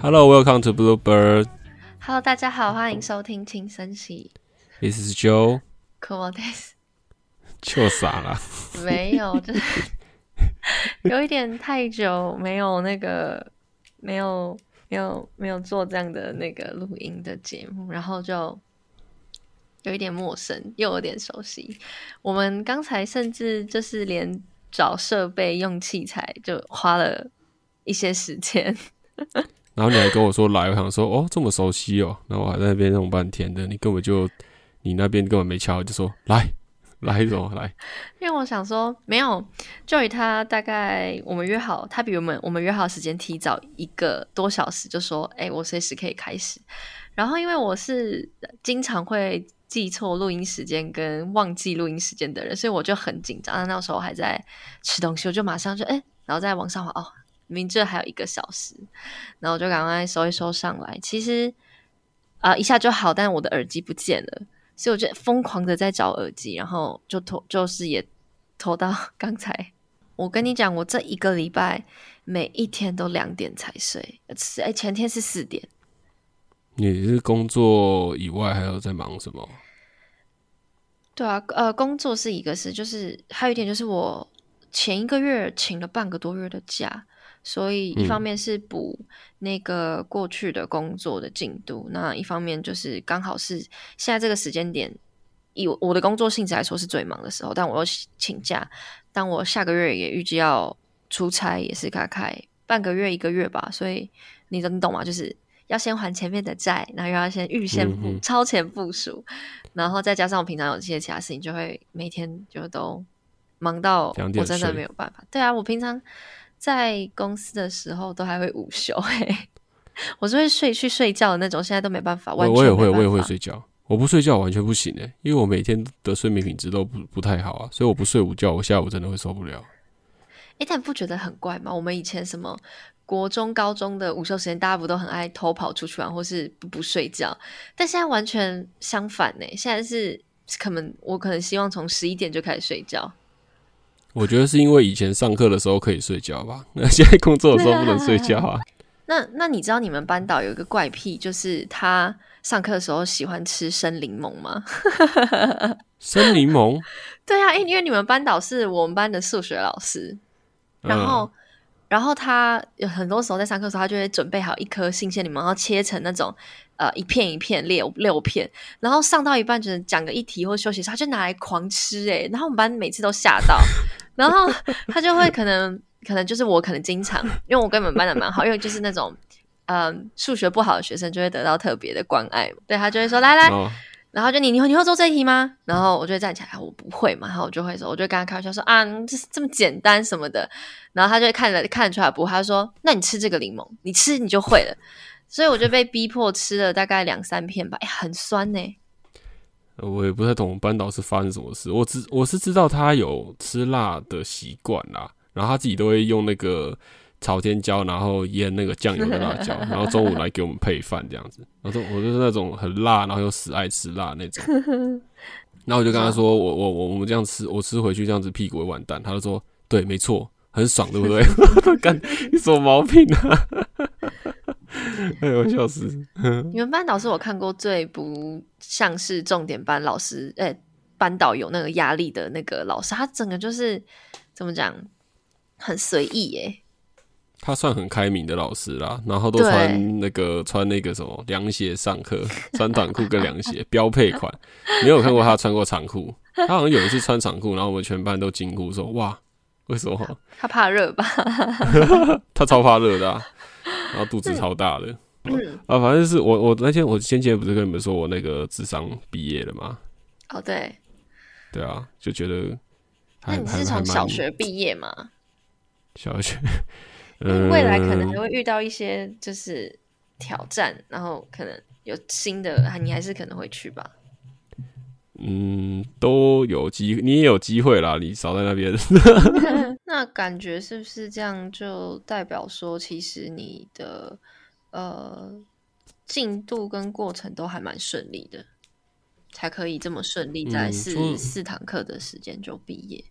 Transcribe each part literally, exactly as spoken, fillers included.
Hello, welcome to Bluebird. Hello， 大家好，欢迎收听轻声系。 This is Joe. Cool days。 就傻了。 没有，就是有一点太久没有那个没有没有没有做这样的那个录音的节目，然后就有一点陌生，又有点熟悉。我们刚才甚至就是连找设备、用器材就花了一些时间。 然后你还跟我说来，我想说哦这么熟悉哦，然后我还在那边弄半天的，你根本就你那边根本没敲，就说来来什么来？ 因为我想说没有 Joey 他大概我们约好，他比我们我们约好时间提早一个多小时，就说哎、欸、我随时可以开始。然后因为我是经常会记错录音时间跟忘记录音时间的人，所以我就很紧张。那时候我还在吃东西，我就马上就哎、欸，然后再往上滑哦。明这还有一个小时，然后我就赶快收一收上来。其实啊、呃、一下就好，但我的耳机不见了，所以我就疯狂的在找耳机，然后就拖就是也拖到刚才。我跟你讲，我这一个礼拜每一天都两点才睡，哎，前天是四点。 你是工作以外还有在忙什么？ 对啊，呃，工作是一个事，就是还有一点就是我前一个月请了半个多月的假。所以一方面是补那个过去的工作的进度、嗯、那一方面就是刚好是现在这个时间点，以我的工作性质来说是最忙的时候，但我又请假，但我下个月也预计要出差，也是大概半个月一个月吧，所以你你懂吗？就是要先还前面的债，然后又要先预先部、嗯、超前部署，然后再加上我平常有一些其他事情，就会每天就都忙到我真的没有办法。对啊，我平常在公司的时候都还会午休、欸、我是会睡去睡觉的那种，现在都没办法，完全没办法。 我也会，我也会睡觉。我不睡觉完全不行诶、欸，因为我每天的睡眠品质都不不太好啊，所以我不睡午觉，我下午真的会受不了。 欸，但不觉得很怪吗？我们以前什么国中、高中的午休时间，大家不都很爱偷跑出去玩，或是不不睡觉？但现在完全相反呢、欸，现在是可能我可能希望从十一点就开始睡觉。 我觉得是因为以前上课的时候可以睡觉吧，那现在工作的时候不能睡觉啊。 那那你知道你们班导有一个怪癖，就是他上课的时候喜欢吃生柠檬吗？ 生柠檬？ 对啊，因为你们班导是我们班的数学老师，然后、嗯、然后他有很多时候在上课的时候，他就会准备好一颗新鲜柠檬，然后切成那种呃一片一片六六片，然后上到一半就是讲个一题或休息的时候，他就拿来狂吃哎、欸，然后我们班每次都吓到。然后他就会可能可能就是我可能经常，因为我跟你们班的蛮好，因为就是那种嗯数学不好的学生就会得到特别的关爱，对，他就会说来来、哦、然后就你你会你会做这一题吗？然后我就会站起来，我不会嘛，然后我就会说，我就跟他开玩笑说啊这这么简单什么的，然后他就会看了看得出来不会，他就说那你吃这个柠檬，你吃你就会了。所以我就被逼迫吃了大概两三片吧，哎，很酸呢、欸。 我也不太懂班导是发生什么事，我只我是知道他有吃辣的习惯啦，然后他自己都会用那个朝天椒，然后腌那个酱油的辣椒，然后中午来给我们配饭这样子。然后我就是那种很辣，然后又死爱吃辣那种。然后我就跟他说，我我我我们这样吃，我吃回去这样子屁股会完蛋。他就说，对，没错，很爽，对不对？干你什么毛病啊？哎呦，笑死！ 你们班导是我看过最不像是重点班老师，哎、欸，班导有那个压力的那个老师，他整个就是怎么讲，很随意耶。 他算很开明的老师啦，然后都穿那个穿那个什么凉鞋上课，穿短裤跟凉鞋标配款，没有看过他穿过长裤。他好像有一次穿长裤，然后我们全班都惊呼说：“哇，为什么？” 他怕热吧？ 他超怕热的、啊。然后肚子超大的，嗯啊，反正是我我那天我先前不是跟你们说我那个智商毕业了吗？ 哦，对， 对啊，就觉得还。 那你是从小学毕业吗？ 小学， 嗯，未来可能还会遇到一些就是挑战，然后可能有新的，你还是可能会去吧。 嗯，都有机，你也有机会啦，你少在那边。 那感觉是不是这样就代表说，其实你的呃进度跟过程都还蛮顺利的，才可以这么顺利在四、嗯、四堂课的时间就毕业。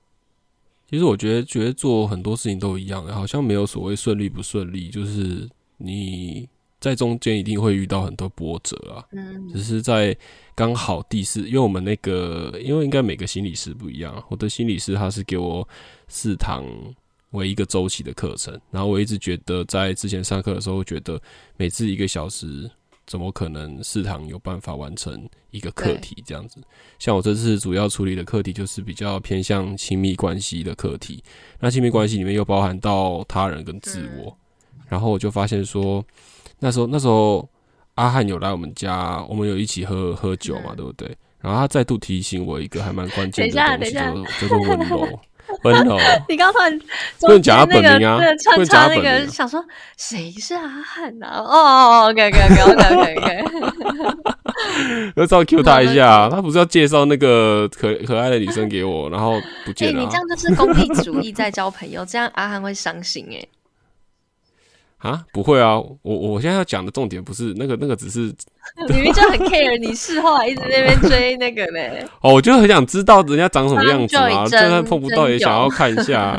其实我觉得，觉得做很多事情都一样，好像没有所谓顺利不顺利，就是你在中间一定会遇到很多波折啊。嗯，只是在刚好第四，因为我们那个，因为应该每个心理师不一样，我的心理师他是给我四堂为一个周期的课程，然后我一直觉得在之前上课的时候，觉得每次一个小时。怎么可能四堂有办法完成一个课题这样子？像我这次主要处理的课题就是比较偏向亲密关系的课题，那亲密关系里面又包含到他人跟自我，嗯、然后我就发现说，那时候那时候阿汉有来我们家，我们有一起喝喝酒嘛，嗯、对不对？然后他再度提醒我一个还蛮关键的东西，叫叫做温柔。温柔， 你刚刚突然不能讲他本名啊， 不能讲他本名、啊。想说谁是阿汉啊？哦 ，OK OK OK OK OK， 要照 Q 他一下，他不是要介绍那个可可爱的女生给我，然后不见了、啊。 欸、你这样就是功利主义在交朋友，这样阿汉会伤心哎、欸。 啊，不会啊，我我现在要讲的重点不是那个，那个只是明明就很 care， 你事后还一直在那边追那个嘞。 哦，我就很想知道人家长什么样子嘛，就算碰不到也想要看一下，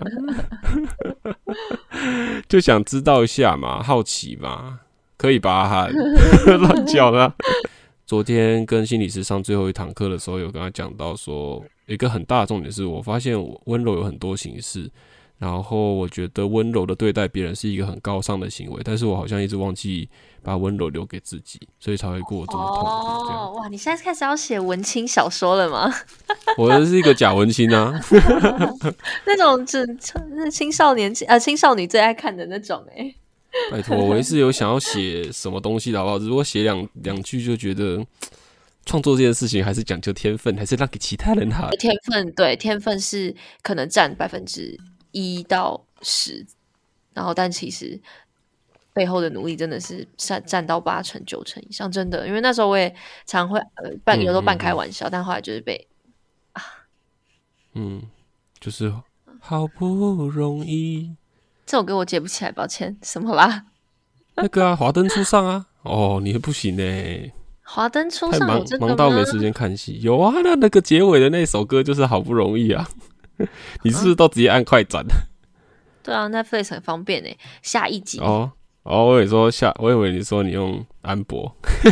就想知道一下嘛，好奇嘛，可以吧？哈，乱叫的。昨天跟心理师上最后一堂课的时候，有跟他讲到说，有一个很大的重点是我发现温柔有很多形式。然后我觉得温柔的对待别人是一个很高尚的行为，但是我好像一直忘记把温柔留给自己，所以才会过这么痛苦。 哦，哇！你现在开始要写文青小说了吗？ 我是一个假文青啊， 那种只青少年呃青少女最爱看的那种哎、欸。 拜托，我也是有想要写什么东西的好不好？如果写两两句就觉得创作这件事情还是讲究天分，还是让给其他人好。 天分对，天分是可能占百分之。一到十，然后但其实背后的努力真的是占占到八成九成以上，真的。因为那时候我也常会呃半有时候半开玩笑，嗯嗯嗯但后来就是被啊， 嗯，就是好不容易。 这首歌我接不起来，抱歉。什么啦？ 那个啊，华灯初上啊，哦，你不行哎。 华灯初上有这个吗？ 忙到没时间看戏。有啊，那那个结尾的那首歌就是好不容易啊。你是不是都直接按快转？ 对啊 ，Netflix 很方便诶。下一集哦哦，我以为说下，我以为你说你用安博，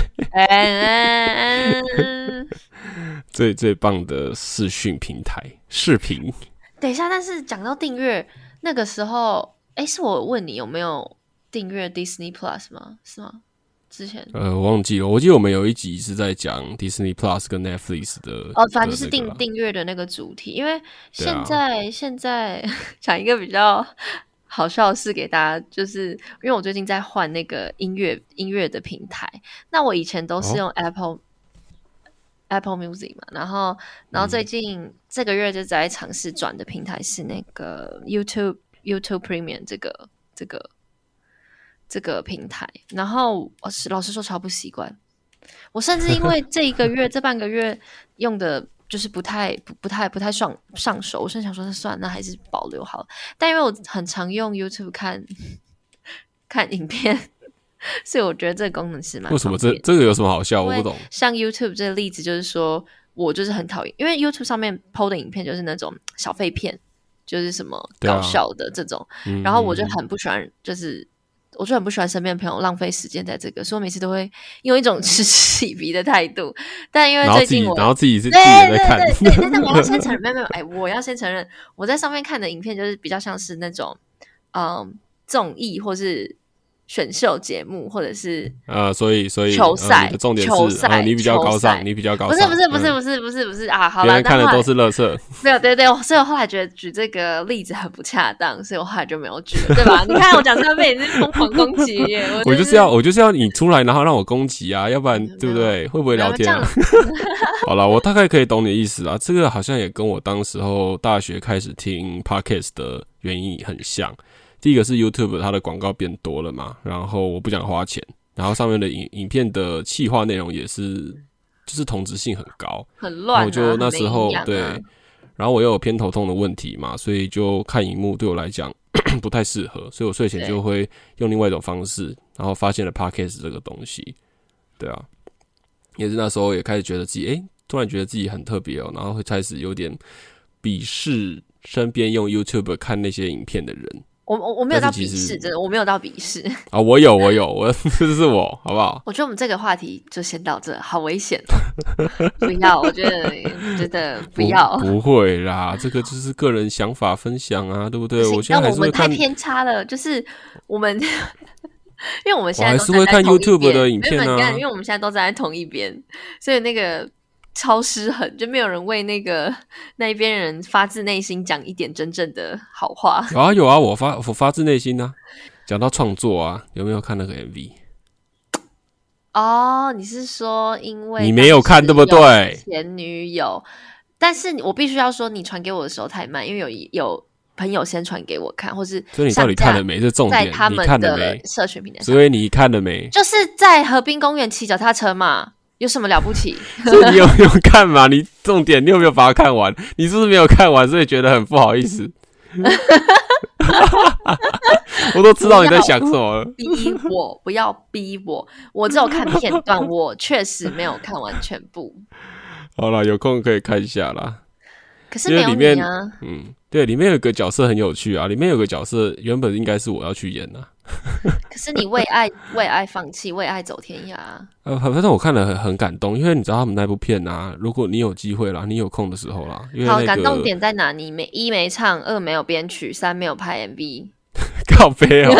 最最棒的视讯平台视频。 等一下，但是讲到订阅，那个时候，哎，是我问你有没有订阅 Disney Plus 吗？是吗？之前呃，我忘记了，我记得我们有一集是在讲 Disney Plus 跟 Netflix 的哦，反正就是订订阅的那个主题。因为现在、啊、现在讲一个比较好笑的事给大家，就是因为我最近在换那个音乐音乐的平台，那我以前都是用 Apple、哦、Apple Music 嘛，然后然后最近、嗯、这个月就在尝试转的平台是那个 YouTube YouTube Premium 这个这个。这个平台，然后老实说超不习惯，我甚至因为这一个月这半个月用的就是不太不不太不太上上手，我甚至想说算了，那还是保留好了。但因为我很常用 YouTube 看看影片，所以我觉得这个功能是蛮方便的。 为什么这这个有什么好笑？我不懂。像 YouTube 这个例子就是说，我就是很讨厌，因为 YouTube 上面 P O 的影片就是那种小废片，就是什么搞笑的这种，啊、然后我就很不喜欢，就是我就很不喜欢身边的朋友浪费时间在这个，所以我每次都会用一种嗤之以鼻的态度。但因为最近我然后自己是自己在看， 对对对，但是我要先承认，没有没有，哎，我要先承认，我在上面看的影片就是比较像是那种嗯综艺或是选秀节目，或者是呃，所以所以球赛、 呃、你的重点是、 呃、你比较高尚，你比较高尚， 不是不是不是不是不是不是啊，好了， 别人看的都是垃圾， 没有对对，所以我后来觉得举这个例子很不恰当，所以我后来就没有举了，对吧？你看我讲这个被你是疯狂攻击耶，我、就是、 我就是要我就是要你出来，然后让我攻击啊，要不然对不对？会不会聊天啊？好了，我大概可以懂你的意思啦，这个好像也跟我当时候大学开始听 Podcast 的原因很像。第一个是 YouTube 它的广告变多了嘛，然后我不想花钱，然后上面的影影片的企划内容也是就是同质性很高， 很乱、啊， 我就那时候、 啊、 对，然后我又有偏头痛的问题嘛，所以就看荧幕对我来讲不太适合，所以我睡前就会用另外一种方式，然后发现了 Podcast 这个东西，对啊，也是那时候也开始觉得自己诶、欸、突然觉得自己很特别哦，然后会开始有点鄙视身边用 YouTube 看那些影片的人。 我我我没有到鄙视，真的我没有到鄙视啊、哦！我有我有我这是我好不好？ 我觉得我们这个话题就先到这，好危险哦！不要，我觉得觉得不要不，不会啦，这个就是个人想法分享啊，对不对？我现在还是会看， 我们太偏差了，就是我们。因为我们现在都还是会看 YouTube 的影片啊， 因为我们现在都站在同一边，所以那个超失衡，就没有人为那个那一边人发自内心讲一点真正的好话。 有啊有啊，我发我发自内心啊。讲到创作啊，有没有看那个 M V？ 哦，你是说因为你没有看对不对？ 前女友，但是我必须要说，你传给我的时候太慢，因为有有。朋友先传给我看，或是所以你到底看了没？这重点， 在他们的社群平台上。 所以你看了没？ 就是在河滨公园骑脚踏车嘛，有什么了不起？ 所以你有没有看嘛？你重点你有没有把它看完？你是不是没有看完，所以觉得很不好意思？我都知道你在想什么了。 逼我，不要逼我，我只有看片段，我确实没有看完全部。 好啦，有空可以看一下啦。 可是没有你啊， 嗯，对，里面有个角色很有趣啊，里面有个角色原本应该是我要去演啊， 可是你为爱为爱放弃，为爱走天涯。 呃，反正我看了很很感动，因为你知道他们那部片啊，如果你有机会啦，你有空的时候啦，因为、那個、 好感动点在哪里？没一没唱，二没有编曲，三没有拍 M V， 靠背哦。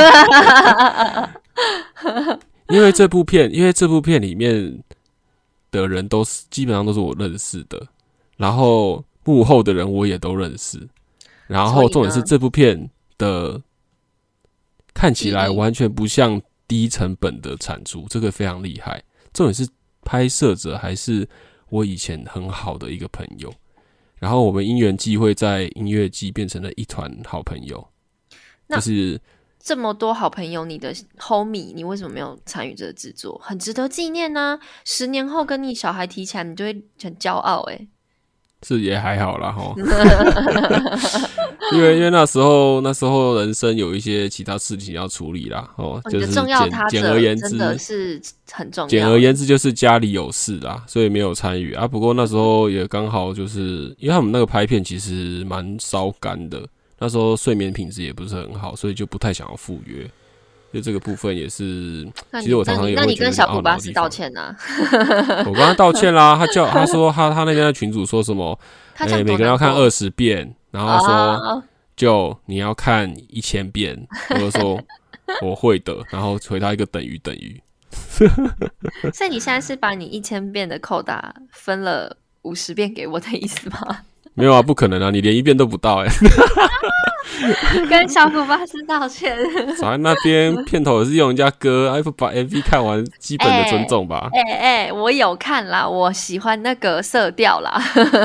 因为这部片，因为这部片里面的人都是基本上都是我认识的，然后。幕后的人我也都认识，然后重点是这部片的看起来完全不像低成本的产出，这个非常厉害。重点是拍摄者还是我以前很好的一个朋友，然后我们因缘际会在音乐季变成了一团好朋友。就是这么多好朋友，你的 homie， 你为什么没有参与这个制作？很值得纪念啊！十年后跟你小孩提起来，你就会很骄傲哎、欸。 是也还好啦齁因为因为那时候那时候人生有一些其他事情要处理啦哦，就是简简而言之真的是很重要。 简而言之就是家里有事啦，所以没有参与啊。不过那时候也刚好就是因为他们那个拍片其实蛮烧肝的，那时候睡眠品质也不是很好，所以就不太想要赴约。就这个部分也是，其实我常常也会觉得那你跟小古巴斯道歉啊？ 我跟他道歉啦，他叫他说他他那天在群组说什么，哎、欸，每个人要看二十遍，然后说就你要看一千遍，我就说我会的，然后回他一个等于等于。 所以你现在是把你一千遍的扣打分了五十遍给我的意思吗？ 没有啊，不可能啊，你连一遍都不到哎、欸。 跟小古巴斯道歉。 早在那边片头也是用人家歌，还不把 M V 看完，基本的尊重吧。 哎、欸、哎、欸，我有看啦，我喜欢那个色调啦，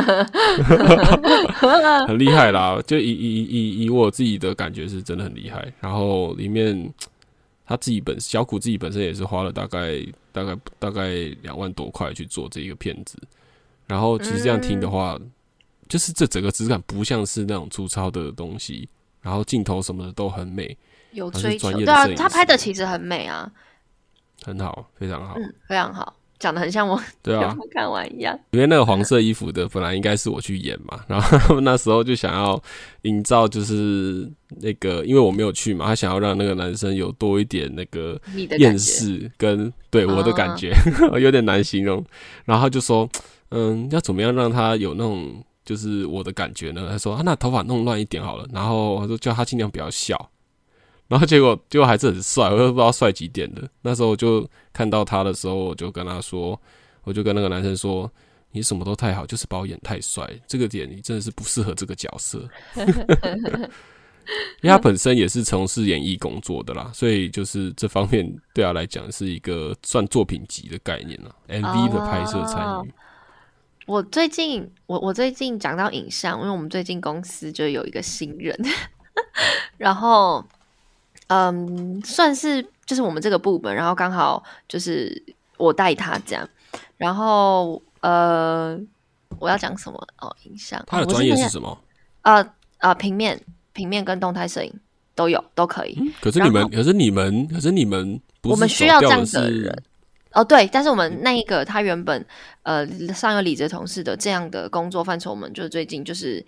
很厉害啦。就以以以以我自己的感觉是真的很厉害。然后里面他自己本小古自己本身也是花了大概大概大概两万多块去做这个片子。然后其实这样听的话。嗯，就是这整个质感不像是那种粗糙的东西，然后镜头什么的都很美， 有追求。对啊，他拍的其实很美啊， 很好，非常好， 嗯，非常好，讲的很像我对啊看完一样。 因为那个黄色衣服的本来应该是我去演嘛，然后他们那时候就想要营造就是那个，因为我没有去嘛，他想要让那个男生有多一点那个厌世跟对我的感觉，哦、有点难形容。然后他就说，嗯，要怎么样让他有那种。就是我的感觉呢，他说啊，那头发弄乱一点好了，然后我说叫他尽量不要笑，然后结果结果还是很帅，我都不知道帅几点的。那时候我就看到他的时候，我就跟他说，我就跟那个男生说，你什么都太好，就是把我演太帅，这个点你真的是不适合这个角色。因为他本身也是从事演艺工作的啦，所以就是这方面对他来讲是一个算作品集的概念啦 ，M V 的拍摄参与。 我最近，我我最近讲到影像，因为我们最近公司就有一个新人，然后，嗯，算是就是我们这个部门，然后刚好就是我带他这样，然后呃，我要讲什么哦？影像， 他的专业是什么？ 呃呃，平面、平面跟动态摄影都有，都可以。 嗯、可是你们，可是你们，可是你们不是， 我们需要这样的人。哦，对，但是我们那一个他原本呃上有理哲同事的这样的工作范畴，我们就最近就是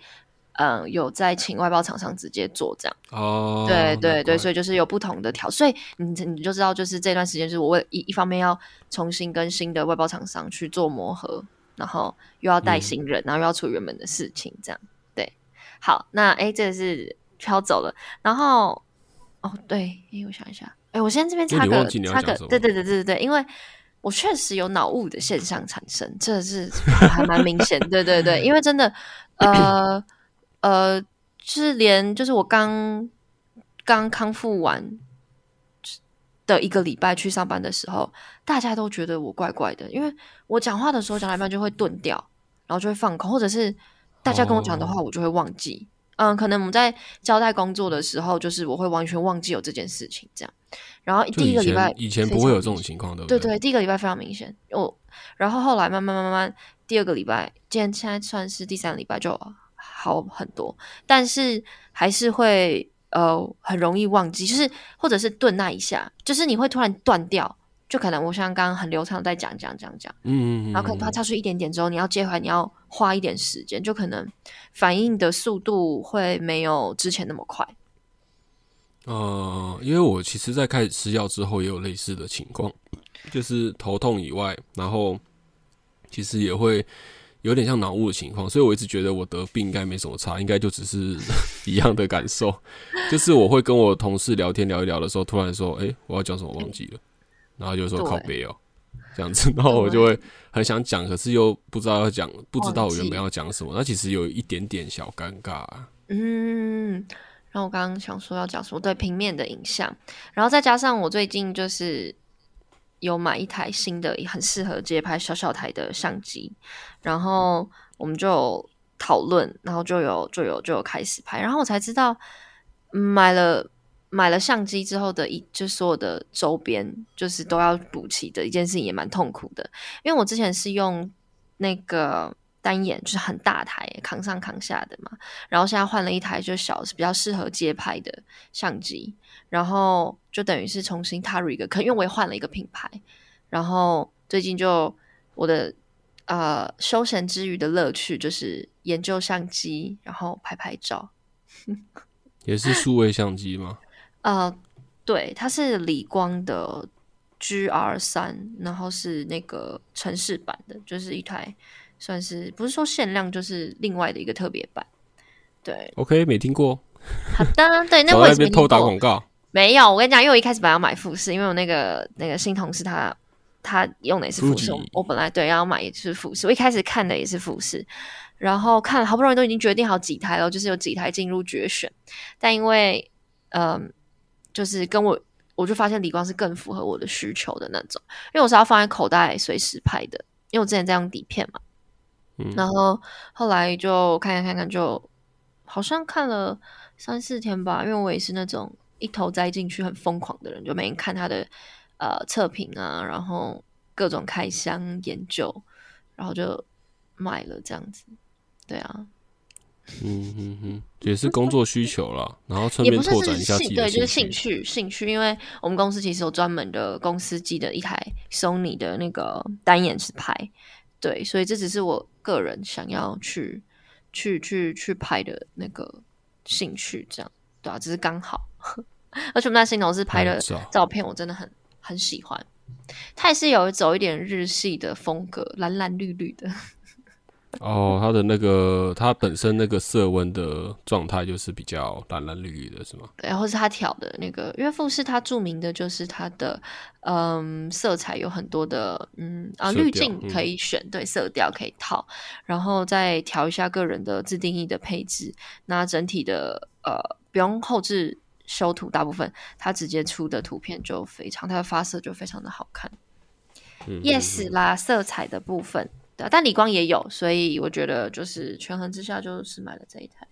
嗯，有在请外包厂商直接做这样。 哦， 对对对， 难怪所以就是有不同的调，所以你你就知道，就是这段时间就是我为一一方面要重新跟新的外包厂商去做磨合，然后又要带新人，嗯、然后又要处理原本的事情，这样对。好，那哎，这个是飘走了，然后哦对，哎，我想一下，哎，我现在这边插个插个，对对对对对对，因为我确实有脑雾的现象产生，这是还蛮明显，对对对，因为真的呃呃，就是连就是我刚。刚康复完的一个礼拜去上班的时候，大家都觉得我怪怪的，因为我讲话的时候讲到一半就会顿掉，然后就会放空，或者是大家跟我讲的话我就会忘记。哦、嗯，可能我们在交代工作的时候，就是我会完全忘记有这件事情，这样。然后第一个礼拜以前不会有这种情况，对不对？ 对对，第一个礼拜非常明显。我然后后来慢慢慢慢，第二个礼拜，今天现在算是第三个礼拜就好很多，但是还是会。呃，很容易忘记，就是或者是顿那一下，就是你会突然断掉，就可能我像刚刚很流畅在讲讲讲讲， 嗯嗯嗯， 然后可能它超出一点点之后，你要接回来，你要花一点时间，就可能反应的速度会没有之前那么快。 呃，因为我其实在开始吃药之后也有类似的情况，就是头痛以外，然后其实也会。有点像脑雾的情况，所以我一直觉得我得病应该没什么差，应该就只是一样的感受。就是我会跟我同事聊天聊一聊的时候，突然说：“哎、欸，我要讲什么忘记了。”然后就说靠北哦，这样子，然后我就会很想讲，可是又不知道要讲，不知道我原本要讲什么。那其实有一点点小尴尬、啊。 嗯，然后我刚刚想说要讲什么，对，平面的影像，然后再加上我最近就是。有买一台新的很适合街拍小小台的相机，然后我们就有讨论，然后就有就有就有开始拍，然后我才知道、嗯、买了买了相机之后的一就所有的周边就是都要补齐的一件事情也蛮痛苦的，因为我之前是用那个单眼就是很大台扛上扛下的嘛，然后现在换了一台就小比较适合街拍的相机，然后就等于是重新踏入一个，可因为我也换了一个品牌，然后最近就我的呃休闲之余的乐趣就是研究相机，然后拍拍照。 也是数位相机吗？ 呃，对，它是理光的 G R 三，然后是那个城市版的，就是一台算是不是说限量，就是另外的一个特别版。对 ，OK， 没听过。 好的，对，那我也没听过。在那边偷打广告。 没有，我跟你讲，因为我一开始本来要买富士，因为我那个那个新同事他他用的也是富士，我本来对要买也是富士，我一开始看的也是富士，然后看好不容易都已经决定好几台了，就是有几台进入决选，但因为嗯，就是跟我我就发现理光是更符合我的需求的那种，因为我是要放在口袋随时拍的，因为我之前在用底片嘛，嗯，然后后来就看看看看就好像看了三四天吧，因为我也是那种。一头栽进去很疯狂的人，就每天看他的呃测评啊，然后各种开箱研究，然后就买了这样子。对啊， 嗯哼哼，也是工作需求啦，然后顺便拓展一下自己的兴趣。 对，就是兴趣，兴趣。因为我们公司其实有专门的公司机的一台 Sony 的那个单眼式拍，对，所以这只是我个人想要去去去去拍的那个兴趣，这样对啊，只是刚好。而且我们那新同事拍的照片我真的很很喜欢，他也是有走一点日系的风格，蓝蓝绿绿的。 哦，他的那个他本身那个色温的状态就是比较蓝蓝绿绿的是吗？ 对，或是他调的那个，因为富士他著名的就是他的嗯色彩有很多的嗯啊滤镜可以选，嗯、对，色调可以套，然后再调一下个人的自定义的配置，那整体的呃不用后置。修图大部分他直接出的图片就非常，它的发色就非常的好看。嗯、yes 啦，色彩的部分，对，但理光也有，所以我觉得就是权衡之下，就是买了这一台。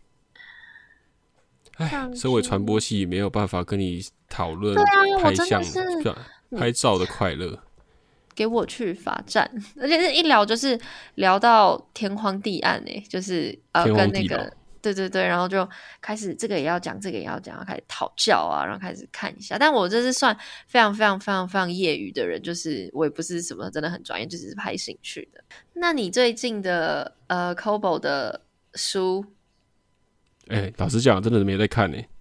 哎，身为传播系，没有办法跟你讨论拍相、拍照的快乐。 给我去罚站，而且是一聊就是聊到天荒地暗哎、欸，就是呃跟那个。对对对，然后就开始这个也要讲，这个也要讲，然后开始讨教啊，然后开始看一下。但我这是算非常非常非常非常业余的人，就是我也不是什么真的很专业，就只是拍兴趣的。那你最近的呃 Kobo 的书哎、欸，老实讲，真的没在看呢、欸。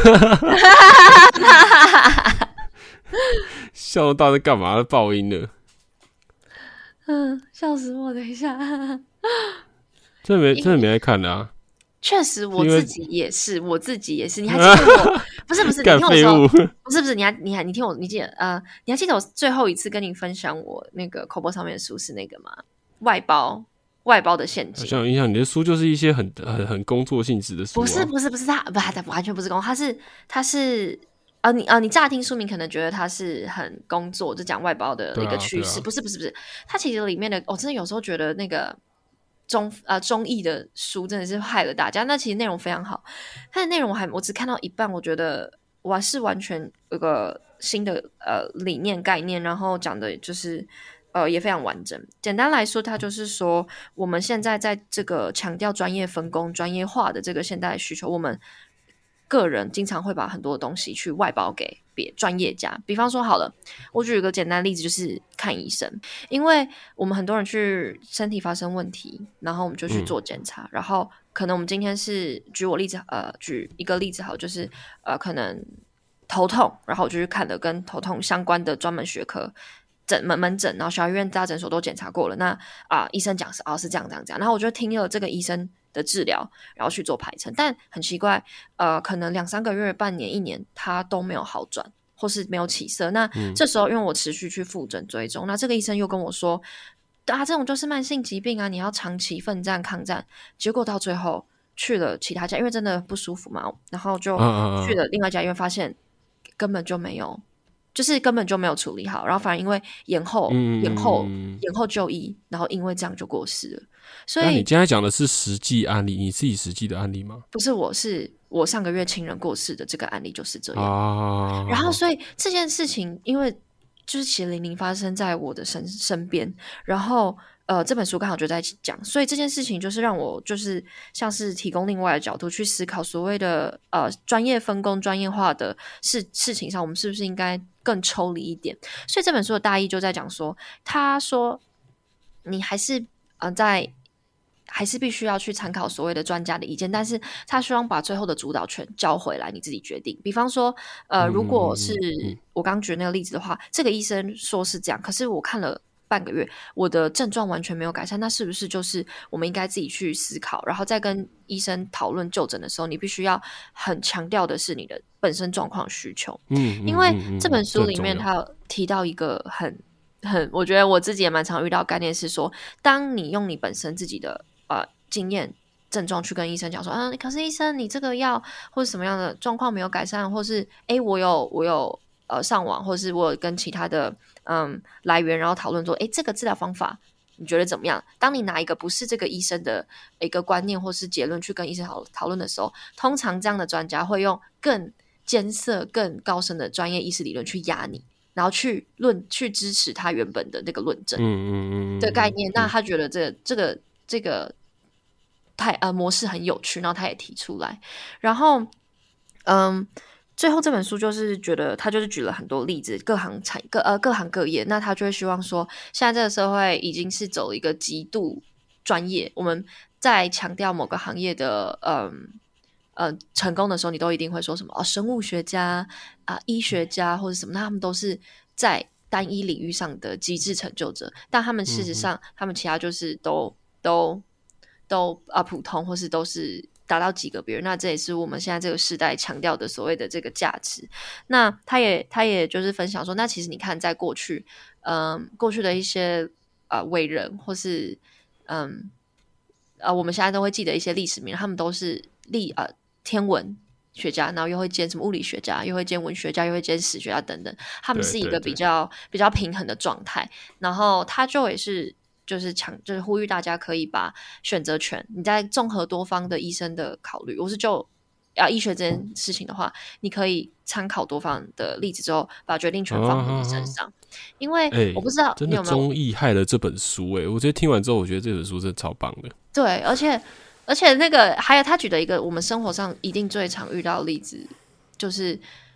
笑到在干嘛？爆音了。 嗯，笑死我！等一下， 真的没真的没在看的啊。 确实，我自己也是，我自己也是。你还记得我？不是不是，你听我说，不是不是，你还你还你听我，你记得呃，你还记得我最后一次跟你分享我那个口播上面的书是那个吗？外包外包的陷阱。 好像有印象，你的书就是一些很很很工作性质的书、啊。 不是不是不是，它不它完全不是工，它是它是。呃，你呃，你乍听书名可能觉得它是很工作，就讲外包的一个趋势、啊啊，不是不是不是，它其实里面的，我、哦、真的有时候觉得那个中呃中译的书真的是害了大家。那其实内容非常好，它的内容我还我只看到一半，我觉得我还是完全有个新的呃理念概念，然后讲的就是呃也非常完整。简单来说，它就是说我们现在在这个强调专业分工、专业化的这个现代需求，我们个人经常会把很多东西去外包给别专业家。比方说好了，我举一个简单的例子，就是看医生。因为我们很多人去身体发生问题，然后我们就去做检查、嗯、然后可能我们今天是举我例子呃，举一个例子好，就是呃，可能头痛，然后我就去看了跟头痛相关的专门学科诊门门诊，然后小医院大诊所都检查过了，那啊、呃，医生讲是哦是这样这样这样，然后我就听了这个医生的治疗，然后去做排程。但很奇怪，呃，可能两三个月、半年、一年，他都没有好转，或是没有起色。那、嗯、这时候，因为我持续去复诊追踪，那这个医生又跟我说，啊，这种就是慢性疾病啊，你要长期奋战抗战。结果到最后去了其他家，因为真的不舒服嘛，然后就去了另外一家医院，发现根本就没有。就是根本就没有处理好，然后反而因为延后、嗯、延后、延后就医，然后因为这样就过世了。所以， 那你今天讲的是实际案例，你自己实际的案例吗？ 不是，我是我上个月亲人过世的这个案例就是这样。 啊、 然后，所以这件事情，因为就是血淋淋发生在我的身身边，然后呃，这本书刚好就在讲，所以这件事情就是让我就是像是提供另外的角度去思考所谓的呃专业分工、专业化的事事情上，我们是不是应该更抽离一点？所以这本书的大意就在讲说，他说你还是呃在还是必须要去参考所谓的专家的意见，但是他希望把最后的主导权交回来，你自己决定。比方说，呃，如果是我刚举那个例子的话，这个医生说是这样，可是我看了半个月，我的症状完全没有改善，那是不是就是我们应该自己去思考，然后再跟医生讨论就诊的时候，你必须要很强调的是你的本身状况需求。 嗯， 因为这本书里面他有提到一个很很，我觉得我自己也蛮常遇到的概念是说，当你用你本身自己的呃经验症状去跟医生讲说，啊，可是医生你这个药或者什么样的状况没有改善，或是哎我有我有呃上网，或是我有跟其他的嗯来源然后讨论说，哎这个治疗方法你觉得怎么样？当你拿一个不是这个医生的一个观念或是结论去跟医生讨讨论的时候，通常这样的专家会用更艰涩、更高深的专业医师理论去压你，然后去论去支持他原本的那个论证的概念。那他觉得这个、这个这个太呃模式很有趣，然后他也提出来。然后嗯，最后这本书就是觉得他就是举了很多例子，各行产各呃各行各业。那他就会希望说，现在这个社会已经是走一个极度专业，我们在强调某个行业的嗯。呃，成功的时候，你都一定会说什么哦，生物学家啊、呃，医学家或者什么，那他们都是在单一领域上的极致成就者，但他们事实上，嗯、他们其他就是都都都啊普通，或是都是达到几个别人。那这也是我们现在这个时代强调的所谓的这个价值。那他也他也就是分享说，那其实你看，在过去，嗯、呃，过去的一些呃伟人，或是嗯呃我们现在都会记得一些历史名人，他们都是历呃。天文学家，然后又会兼什么物理学家，又会兼文学家，又会兼史学家等等，他们是一个比较比较平衡的状态。然后他就也是就是强就是呼吁大家可以把选择权，你在综合多方的医生的考虑，我是就要医学这件事情的话，你可以参考多方的例子之后，把决定权放在你身上。啊、因为、欸、我不知道真的中医害了这本书、欸，哎，我觉得听完之后，我觉得这本书真的超棒的。 对，而且。而且那个还有他举的一个我们生活上一定最常遇到的例子，就是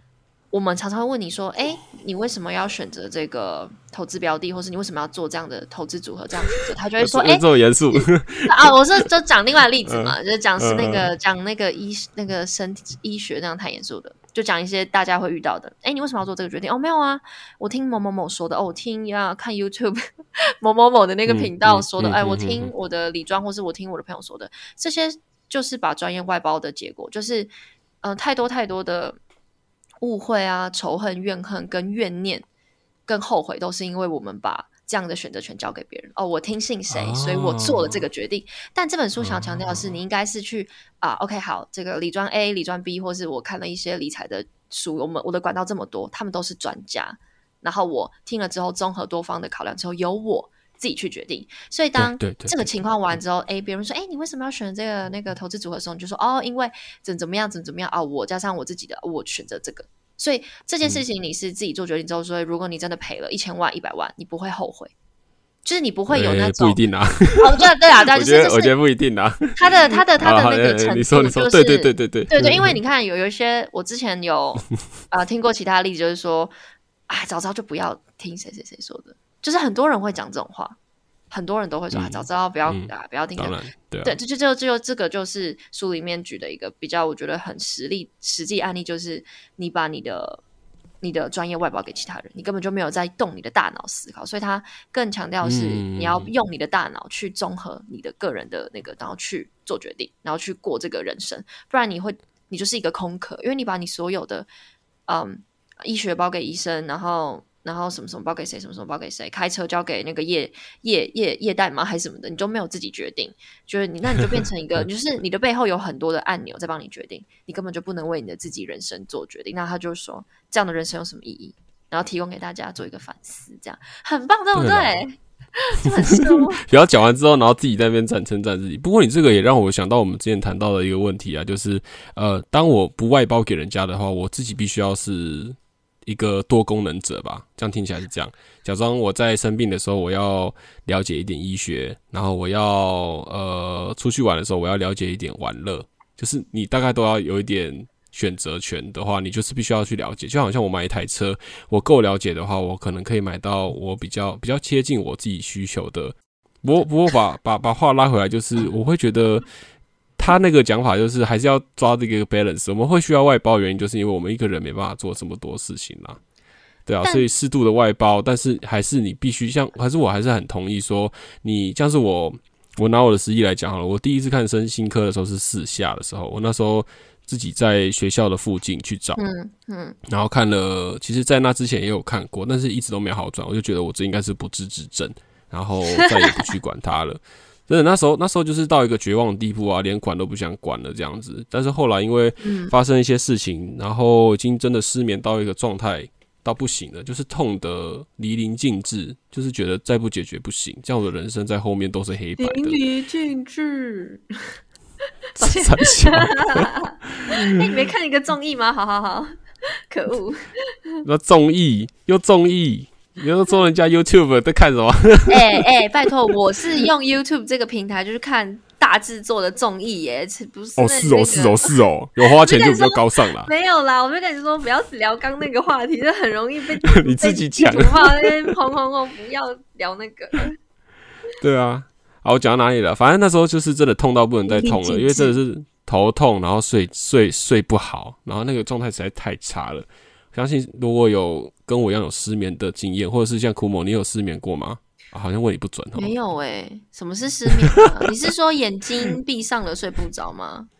我们常常会问你说，哎，你为什么要选择这个投资标的，或是你为什么要做这样的投资组合这样选择？他就会说，哎， 这么严肃啊！我是就讲另外的例子嘛，嗯、就是讲是那个讲、嗯、那个医那个身体医学那样太严肃的，就讲一些大家会遇到的。哎，你为什么要做这个决定？哦，没有啊，我听某某某说的。哦，我听要看 YouTube 某某某的那个频道说的。嗯嗯、哎，我听我的理专，或是我听我的朋友说的，这些就是把专业外包的结果，就是呃太多太多的。误会啊、仇恨、怨恨跟怨念跟后悔，都是因为我们把这样的选择权交给别人。哦，我听信谁、哦，所以我做了这个决定。但这本书想要强调的是，你应该是去啊 ，OK， 好，这个理专 A、理专 B， 或是我看了一些理财的书，我们我的管道这么多，他们都是专家。然后我听了之后，综合多方的考量之后，由我自己去决定。所以当这个情况完之后，哎，别人说，哎，你为什么要选这个那个投资组合的时候，你就说，哦，因为怎怎么样，怎怎么样啊，我加上我自己的，我选择这个。所以这件事情你是自己做决定之后，所以如果你真的赔了一千万、一百万，你不会后悔，就是你不会有那种、 欸、不一定啊。 哦，对对啊，对啊，就是、就是、 我觉得不一定啊。 他的他的他的那个程度、就是， 你说你说，对对对对对对对，因为你看有有一些，我之前有呃听过其他例子，就是说，哎，早知道就不要听谁谁谁说的，就是很多人会讲这种话。很多人都会说、嗯、啊，早知道不要、嗯、啊，不要听。 当然，对、啊， 对，这就就就这个就是书里面举的一个比较，我觉得很实例实际案例，就是你把你的你的专业外包给其他人，你根本就没有在动你的大脑思考，所以他更强调是你要用你的大脑去综合你的个人的那个，然后去做决定，然后去过这个人生，不然你会你就是一个空壳，因为你把你所有的嗯医学包给医生，然后。然后什么什么包给谁，什么什么包给谁，开车交给那个业业业业代吗？还是什么的，你都没有自己决定，就是你那你就变成一个，就是你的背后有很多的按钮在帮你决定，你根本就不能为你的自己人生做决定。那他就说这样的人生有什么意义？然后提供给大家做一个反思，这样很棒，对不对？这本书不要讲完之后，然后自己在那边赞称赞自己。不过你这个也让我想到我们之前谈到的一个问题啊，就是呃，当我不外包给人家的话，我自己必须要是。一个多功能者吧，这样听起来是这样。假装我在生病的时候，我要了解一点医学，然后我要呃出去玩的时候，我要了解一点玩乐。就是你大概都要有一点选择权的话，你就是必须要去了解。就好像我买一台车，我够了解的话，我可能可以买到我比较比较接近我自己需求的。不过不过把把把话拉回来，就是我会觉得。他那个讲法就是还是要抓这个 balance， 我们会需要外包的原因就是因为我们一个人没办法做这么多事情啦，对啊，所以适度的外包，但是还是你必须像，还是我还是很同意说，你像是我，我拿我的实际来讲好了，我第一次看身心科的时候是四下的时候，我那时候自己在学校的附近去找，嗯嗯，然后看了，其实在那之前也有看过，但是一直都没有好转，我就觉得我这应该是不治之症，然后再也不去管它了。真的，那时候那时候就是到一个绝望的地步啊，连管都不想管了这样子。但是后来因为发生一些事情，然后已经真的失眠到一个状态，到不行了，就是痛得淋漓尽致，就是觉得再不解决不行，这样我的人生在后面都是黑白的。 淋漓尽致。 三小。 哎，你没看一个综艺吗？好好好，可恶。 那综艺又综艺。你又说人家 YouTube 在看什么？ 哎哎、欸欸，拜托，我是用 YouTube 这个平台，就是看大制作的综艺耶，不是、那個？ 哦，是哦，是哦，是哦，有花钱就比较高尚啦。 没有啦，我就跟你说，不要聊刚那个话题，就很容易被你自己讲。 土炮那边轰轰轰，不要聊那个。 对啊，好，我讲到哪里了？反正那时候就是真的痛到不能再痛了，因为真的是头痛，然后睡睡睡不好，然后那个状态实在太差了。相信如果有跟我一样有失眠的经验，或者是像苦某，你有失眠过吗？啊、好像问你不准哦。 没有诶、欸，什么是失眠、啊？你是说眼睛闭上了睡不着吗？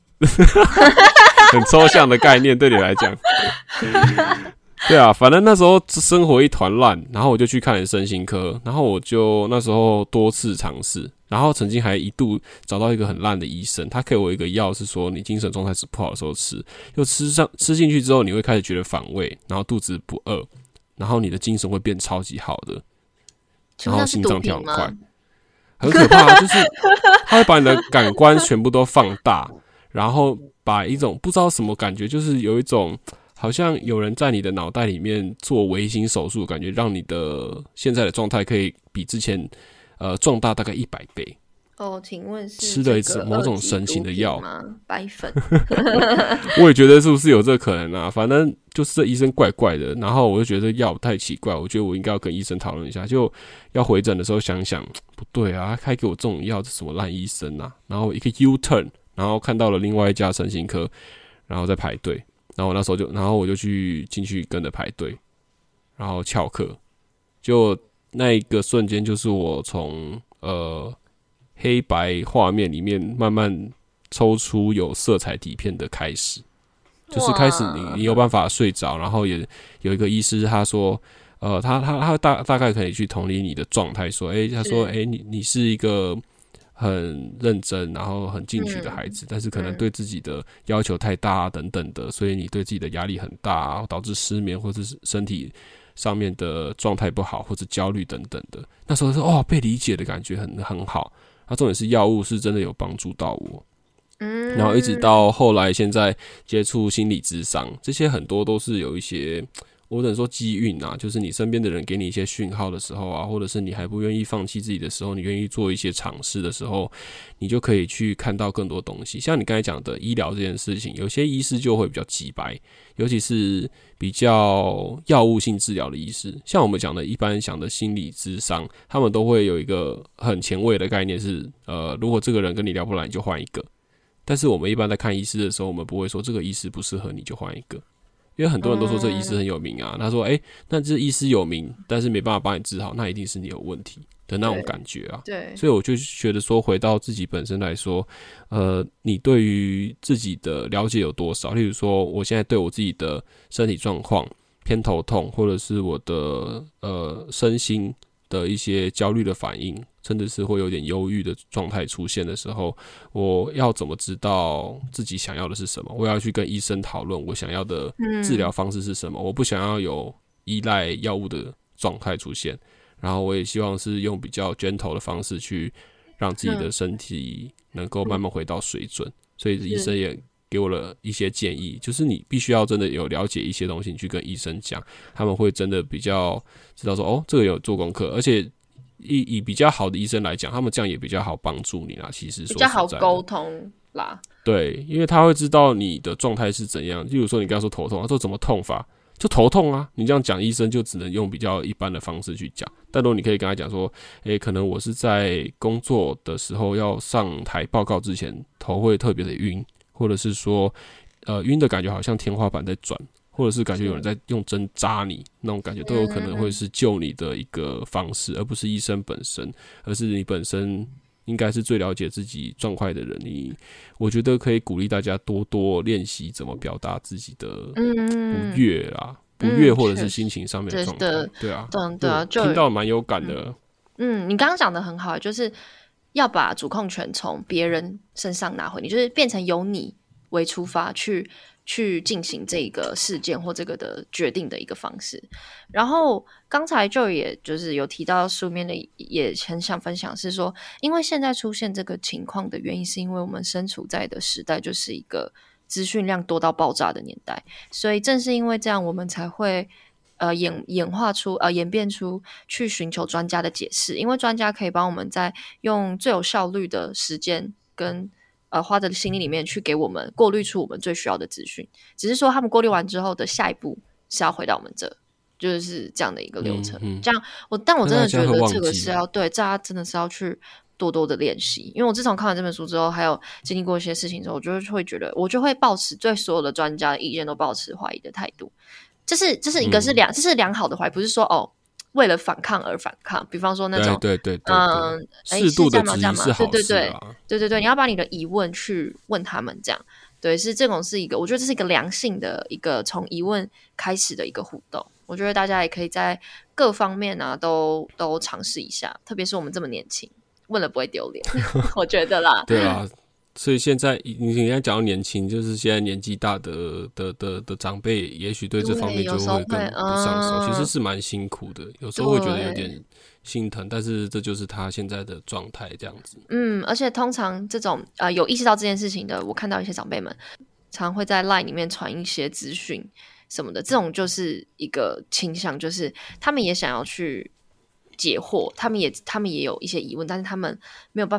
很抽象的概念，对你来讲。对啊，反正那时候生活一团乱，然后我就去看了身心科，然后我就那时候多次尝试，然后曾经还一度找到一个很烂的医生，他给我一个药是说你精神状态是不好的时候吃，又吃上吃进去之后，你会开始觉得反胃，然后肚子不饿，然后你的精神会变超级好的，然后心脏跳很快，很可怕，就是他会把你的感官全部都放大，然后把一种不知道什么感觉，就是有一种。好像有人在你的脑袋里面做微型手术，感觉让你的现在的状态可以比之前呃壮大大概一百倍， 哦，请问是吃了一次某种神奇的药吗？白粉？ 我也觉得是不是有这个可能啊？反正就是这医生怪怪的，然后我就觉得药太奇怪，我觉得我应该要跟医生讨论一下。就要回诊的时候想想，不对啊，他开给我这种药，这什么烂医生啊？然后一个 U turn， 然后看到了另外一家身心科，然后在排队，然后我那时候就，然后我就去进去跟着排队，然后翘课，就那一个瞬间，就是我从呃。黑白画面里面慢慢抽出有色彩底片的开始，就是开始你你有办法睡着，然后也有一个医师他说，呃，他他他大大概可以去同理你的状态，说，哎、欸，他说，哎、欸，你你是一个很认真，然后很进取的孩子，嗯、但是可能对自己的要求太大、啊、等等的，所以你对自己的压力很大、啊，导致失眠或者是身体上面的状态不好，或者焦虑等等的。那时候说，哦，被理解的感觉很很好。它、啊、重点是药物是真的有帮助到我，嗯，然后一直到后来现在接触心理諮商，这些很多都是有一些，我只能说机运啊，就是你身边的人给你一些讯号的时候啊，或者是你还不愿意放弃自己的时候，你愿意做一些尝试的时候，你就可以去看到更多东西。像你刚才讲的医疗这件事情，有些医师就会比较直白，尤其是比较药物性治疗的医师，像我们讲的一般讲的心理諮商，他们都会有一个很前卫的概念是，呃，如果这个人跟你聊不来，你就换一个。但是我们一般在看医师的时候，我们不会说这个医师不适合你就换一个，因为很多人都说这个医师很有名啊，他说，哎、欸，那这医师有名，但是没办法帮你治好，那一定是你有问题的那种感觉啊。 对， 所以我就觉得说，回到自己本身来说，呃，你对于自己的了解有多少？例如说，我现在对我自己的身体状况偏头痛，或者是我的呃身心的一些焦虑的反应，甚至是会有点忧郁的状态出现的时候，我要怎么知道自己想要的是什么？我要去跟医生讨论我想要的治疗方式是什么、嗯、我不想要有依赖药物的状态出现，然后我也希望是用比较 gentle 的方式去让自己的身体能够慢慢回到水准、嗯、所以医生也给我了一些建议，就是你必须要真的有了解一些东西，你去跟医生讲，他们会真的比较知道说，哦，这个有做功课，而且以以比较好的医生来讲，他们这样也比较好帮助你啦。其实说实在的比较好沟通啦。 对，因为他会知道你的状态是怎样。例如说，你跟他说头痛，他说怎么痛法？就头痛啊。你这样讲，医生就只能用比较一般的方式去讲。但如果你可以跟他讲说，诶，可能我是在工作的时候要上台报告之前，头会特别的晕，或者是说，呃，晕的感觉好像天花板在转。或者是感觉有人在用针扎你，那种感觉都有可能会是救你的一个方式，而不是医生本身，而是你本身应该是最了解自己状态的人。你，我觉得可以鼓励大家多多练习怎么表达自己的不悦啦，不悦或者是心情上面的状态。对啊， 对啊， 听到蛮有感的。 嗯，你刚刚讲的很好，就是要把主控权从别人身上拿回，你就是变成由你为出发去。去进行这个事件或这个的决定的一个方式。然后刚才就也就是有提到书面的，也很想分享是说，因为现在出现这个情况的原因是因为我们身处在的时代就是一个资讯量多到爆炸的年代，所以正是因为这样我们才会呃演演化出呃演变出去寻求专家的解释，因为专家可以帮我们在用最有效率的时间跟呃，花在心里里面去给我们过滤出我们最需要的资讯，只是说他们过滤完之后的下一步是要回到我们这，就是这样的一个流程。嗯嗯、这样我，但我真的觉得这个是要对大家真的是要去多多的练习，因为我自从看完这本书之后，还有经历过一些事情之后，我就会觉得，我就会抱持对所有的专家的意见都抱持怀疑的态度。这是这是一个是良、嗯、这是良好的怀疑，不是说哦。为了反抗而反抗，比方说那种对对对对，嗯，适度的质疑是好事啊， 对对对对对，你要把你的疑问去问他们，这样对，是这种是一个，我觉得这是一个良性的一个从疑问开始的一个互动，我觉得大家也可以在各方面啊都都尝试一下，特别是我们这么年轻，问了不会丢脸，我觉得啦， 对啊。所以现在你现在讲到年轻，就是现在年纪大的的的的长辈，也许对这方面就会更不上手，嗯、其实是蛮辛苦的，有时候会觉得有点心疼，但是这就是他现在的状态这样子。 嗯，而且通常这种呃有意识到这件事情的，我看到一些长辈们常会在 LINE 里面传一些资讯什么的，这种就是一个倾向，就是他们也想要去解惑，他们也他们也有一些疑问，但是他们没有办法。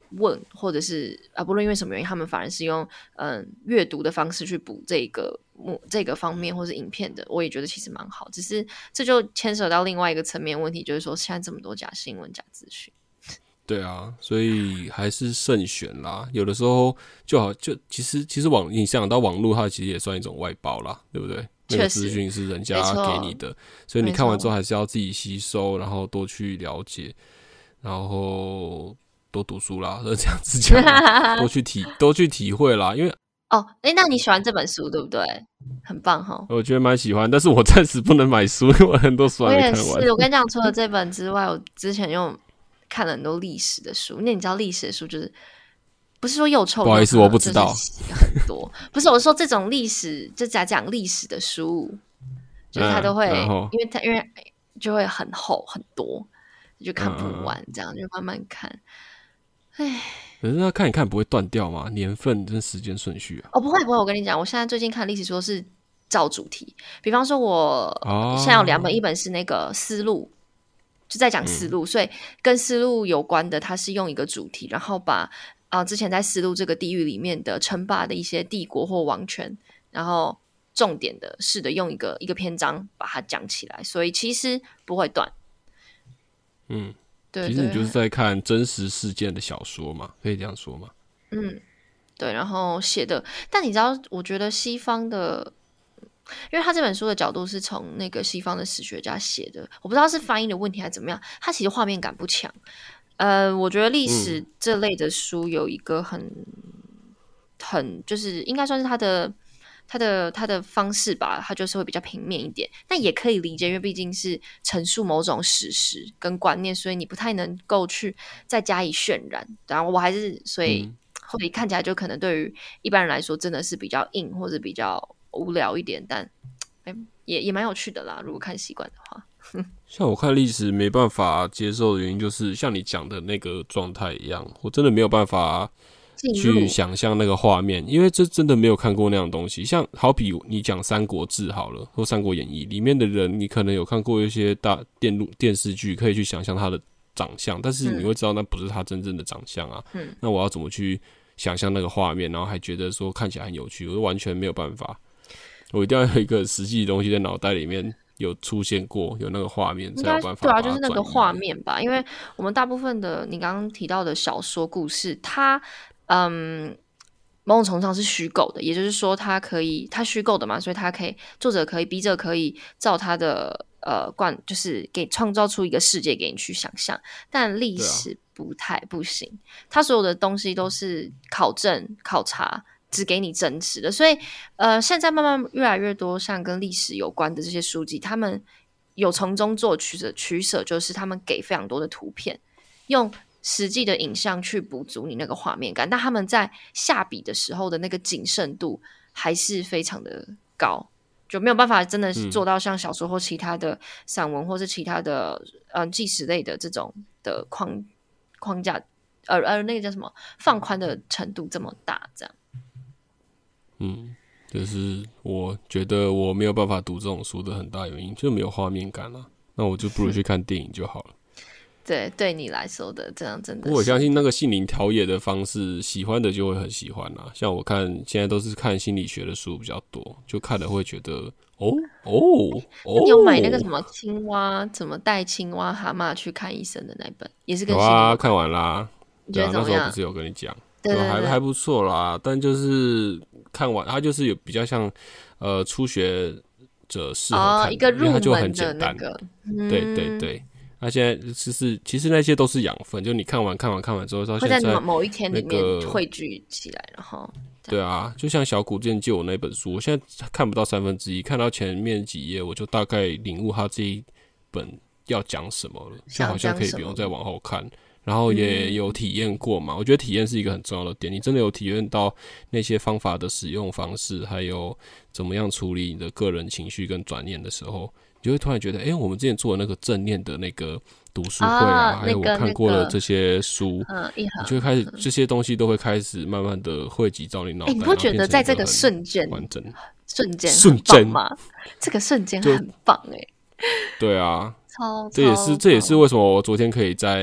问，或者是啊，不论因为什么原因，他们反而是用嗯阅读的方式去补这个这个方面或是影片的，我也觉得其实蛮好。只是这就牵扯到另外一个层面问题，就是说现在这么多假新闻、假资讯。 对啊，所以还是慎选啦。有的时候就好，就其实其实网你想到网络，它其实也算一种外包啦，对不对？那个资讯是人家给你的，所以你看完之后还是要自己吸收，然后多去了解，然后多读书啦，这样子讲，多去体多去体会啦。因为哦，哎，那你喜欢这本书对不对？很棒哈， 我觉得蛮喜欢，但是我暂时不能买书，因为我很多书还没看完。 我也是，我跟你讲，除了这本之外，我之前用看了很多历史的书。那你知道历史的书就是不是说又臭？ 不好意思，我不知道、 就是、很多。不是我说这种历史，就讲讲历史的书，就是它都会，嗯、因为它因为就会很厚很多，就看不完，嗯、这样就慢慢看。唉。 可是那看一看不会断掉吗？年份跟时间顺序啊？ 哦，不会不会，我跟你讲，我现在最近看历史书是照主题，比方说我现在有两本，哦、一本是那个丝路，就在讲丝路，嗯、所以跟丝路有关的，它是用一个主题，然后把啊、呃、之前在丝路这个地域里面的称霸的一些帝国或王权，然后重点的是的用一个一个篇章把它讲起来，所以其实不会断。 嗯。其实你就是在看真实事件的小说嘛，可以这样说吗？ 嗯，对，然后写的，但你知道，我觉得西方的，因为他这本书的角度是从那个西方的史学家写的，我不知道是翻译的问题还是怎么样，他其实画面感不强。呃，我觉得历史这类的书有一个很、嗯、很就是应该算是他的。他的他的方式吧，他就是会比较平面一点，但也可以理解，因为毕竟是陈述某种史实跟观念，所以你不太能够去再加以渲染。当然，我还是所以会看起来就可能对于一般人来说真的是比较硬或者比较无聊一点，但也也蛮有趣的啦。如果看习惯的话， 像我看历史没办法接受的原因，就是像你讲的那个状态一样，我真的没有办法。去想象那个画面，因为这真的没有看过那样的东西。像好比你讲《三国志》好了，或《三国演义》里面的人，你可能有看过一些大电路电视剧，可以去想象他的长相，但是你会知道那不是他真正的长相啊。嗯、那我要怎么去想象那个画面，然后还觉得说看起来很有趣？我完全没有办法。我一定要有一个实际的东西在脑袋里面有出现过，有那个画面才有办法。 对啊，就是那个画面吧。因为我们大部分的你刚刚提到的小说故事，它嗯，某种程度上是虚构的，也就是说，它可以，它虚构的嘛，所以它可以，作者可以，笔者可以照他的呃贯，就是给创造出一个世界给你去想象。但历史不太不行，它所有的东西都是考证、考察，只给你真实的。所以呃，现在慢慢越来越多像跟历史有关的这些书籍，他们有从中做取舍，取舍就是他们给非常多的图片，用实际的影像去补足你那个画面感，但他们在下笔的时候的那个谨慎度还是非常的高，就没有办法真的做到像小说或其他的散文或是其他的嗯纪实类的这种的框框架，呃呃那个叫什么放宽的程度这么大，这样。 嗯，就是我觉得我没有办法读这种书的很大原因，就没有画面感了、啊。那我就不如去看电影就好了。 对，对你来说的这样真的是。 我相信那个心灵陶冶的方式，喜欢的就会很喜欢啦。像我看现在都是看心理学的书比较多，就看了会觉得哦哦哦。 你有买那个什么青蛙，怎么带青蛙蛤蟆去看医生的那本，也是跟心理有啊，看完啦。 对啊， 那时候不是有跟你讲， 对对对还还不错啦。但就是看完，它就是有比较像呃初学者适合看的， 哦、一个入门的那个， 因为它就很简单。嗯、对对对。那现在其实其实那些都是养分，就你看完看完看完之后，到现在、那個、 会在某一天里面汇聚起来，然后对啊，就像小古之前借我那本书，我现在看不到三分之一，看到前面几页，我就大概领悟他这一本要讲什么了，就好像可以不用再往后看。然后也有体验过嘛、嗯，我觉得体验是一个很重要的点。你真的有体验到那些方法的使用方式，还有怎么样处理你的个人情绪跟转念的时候，你就会突然觉得，哎、欸，我们之前做的那个正念的那个读书会啊， 啊还有我看过的这些书， 那個、你就会开始这些东西都会开始慢慢的汇集到你脑袋。 你不觉得在这个瞬间， 完整瞬间瞬间吗？这个瞬间很棒哎、欸。 对啊， 超这也是这也是为什么我昨天可以在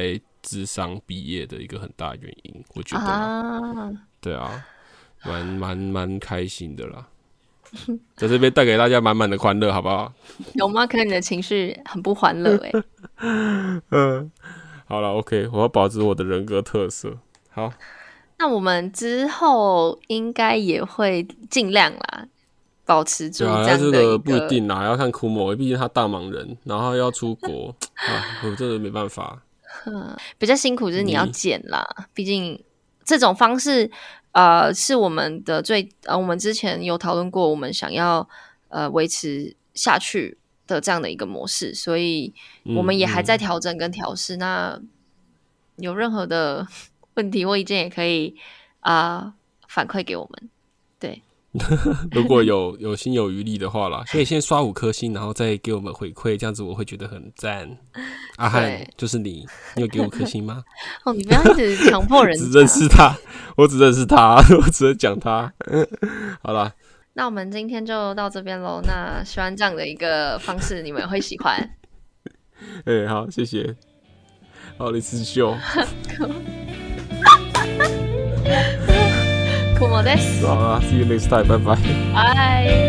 諮商毕业的一个很大的原因，我觉得啊， 对啊，蛮蛮蛮开心的啦，在这边带给大家满满的欢乐，好不好？ 有吗？可能你的情绪很不欢乐哎。 嗯，好了 ，OK， 我要保持我的人格特色。好， 那我们之后应该也会尽量啦，保持住这样的一个。 对啊，这个不一定啦，要看库某，毕竟他大忙人，然后要出国啊，我真的没办法。 嗯，比较辛苦就是你要剪啦，毕竟这种方式，呃，是我们的最呃，我们之前有讨论过，我们想要呃维持下去的这样的一个模式，所以我们也还在调整跟调试。嗯嗯、那有任何的问题或意见，也可以啊、呃、反馈给我们。对。 如果有有心有余力的话啦，可以先刷五颗星，然后再给我们回馈，这样子我会觉得很赞。阿汉就是你，你有给五颗星吗？ 哦，你不要一直强迫人家。 只认识他，我只认识他，我只能讲他。好啦， 那我们今天就到这边咯。那喜欢这样的一个方式，你们会喜欢？ 哎、欸，好，谢谢。好，李思秀。 好啦 ，See you next time，拜拜。 拜。